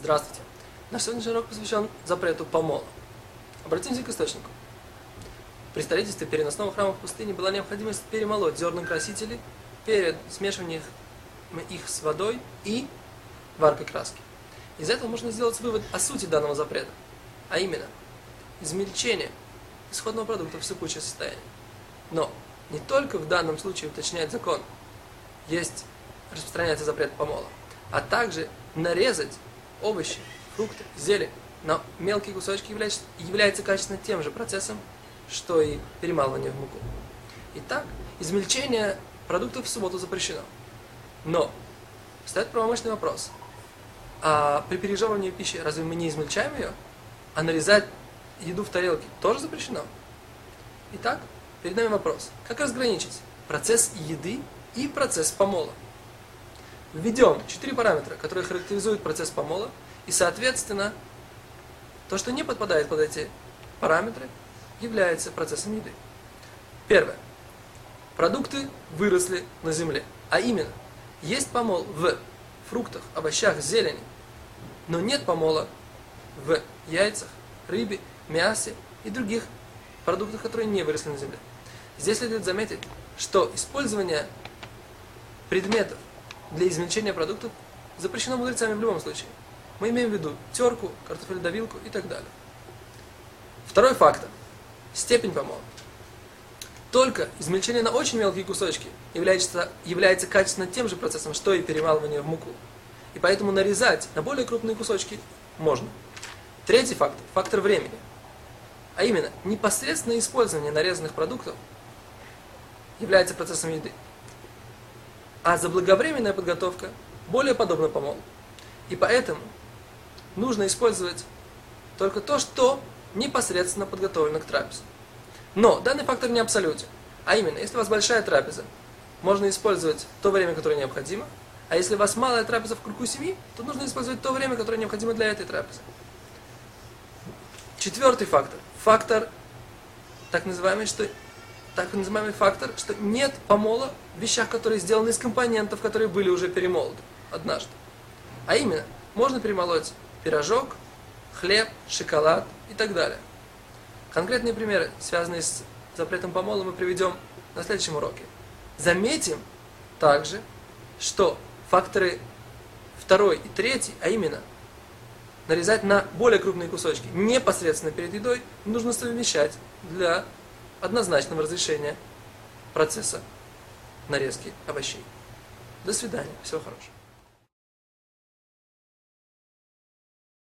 Здравствуйте! Наш сегодняшний урок посвящен запрету помола. Обратимся к источнику. При строительстве переносного храма в пустыне была необходимость перемолоть зерна красителей перед смешиванием их с водой и варкой краски. Из этого можно сделать вывод о сути данного запрета, а именно измельчение исходного продукта в сыпучее состояние. Но не только в данном случае уточняет закон, распространяется запрет помола, а также нарезать овощи, фрукты, зелень на мелкие кусочки является качественно тем же процессом, что и перемалывание в муку. Итак, измельчение продуктов в субботу запрещено. Но встает правомочный вопрос. А при пережевывании пищи разве мы не измельчаем ее? А нарезать еду в тарелке тоже запрещено? Итак, перед нами вопрос. Как разграничить процесс еды и процесс помола? Введем 4 параметра, которые характеризуют процесс помола, и, соответственно, то, что не подпадает под эти параметры, является процессом еды. Первое. Продукты выросли на земле. А именно, есть помол в фруктах, овощах, зелени, но нет помола в яйцах, рыбе, мясе и других продуктах, которые не выросли на земле. Здесь следует заметить, что использование предметов для измельчения продуктов запрещено мудрецами в любом случае. Мы имеем в виду терку, картофеледовилку и так далее. Второй фактор. Степень помола. Только измельчение на очень мелкие кусочки является качественно тем же процессом, что и перемалывание в муку. И поэтому нарезать на более крупные кусочки можно. Третий фактор. Фактор времени. А именно, непосредственное использование нарезанных продуктов является процессом еды. А заблаговременная подготовка более подобна помолу. И поэтому нужно использовать только то, что непосредственно подготовлено к трапезе. Но данный фактор не абсолютен. А именно, если у вас большая трапеза, можно использовать то время, которое необходимо. А если у вас малая трапеза в кругу семьи, то нужно использовать то время, которое необходимо для этой трапезы. Четвертый фактор. Фактор, так называемый фактор, что нет помола в вещах, которые сделаны из компонентов, которые были уже перемолоты однажды. А именно, можно перемолоть пирожок, хлеб, шоколад и так далее. Конкретные примеры, связанные с запретом помола, мы приведем на следующем уроке. Заметим также, что факторы второй и третий, а именно нарезать на более крупные кусочки непосредственно перед едой, нужно совмещать для однозначного разрешения процесса нарезки овощей. До свидания. Всего хорошего.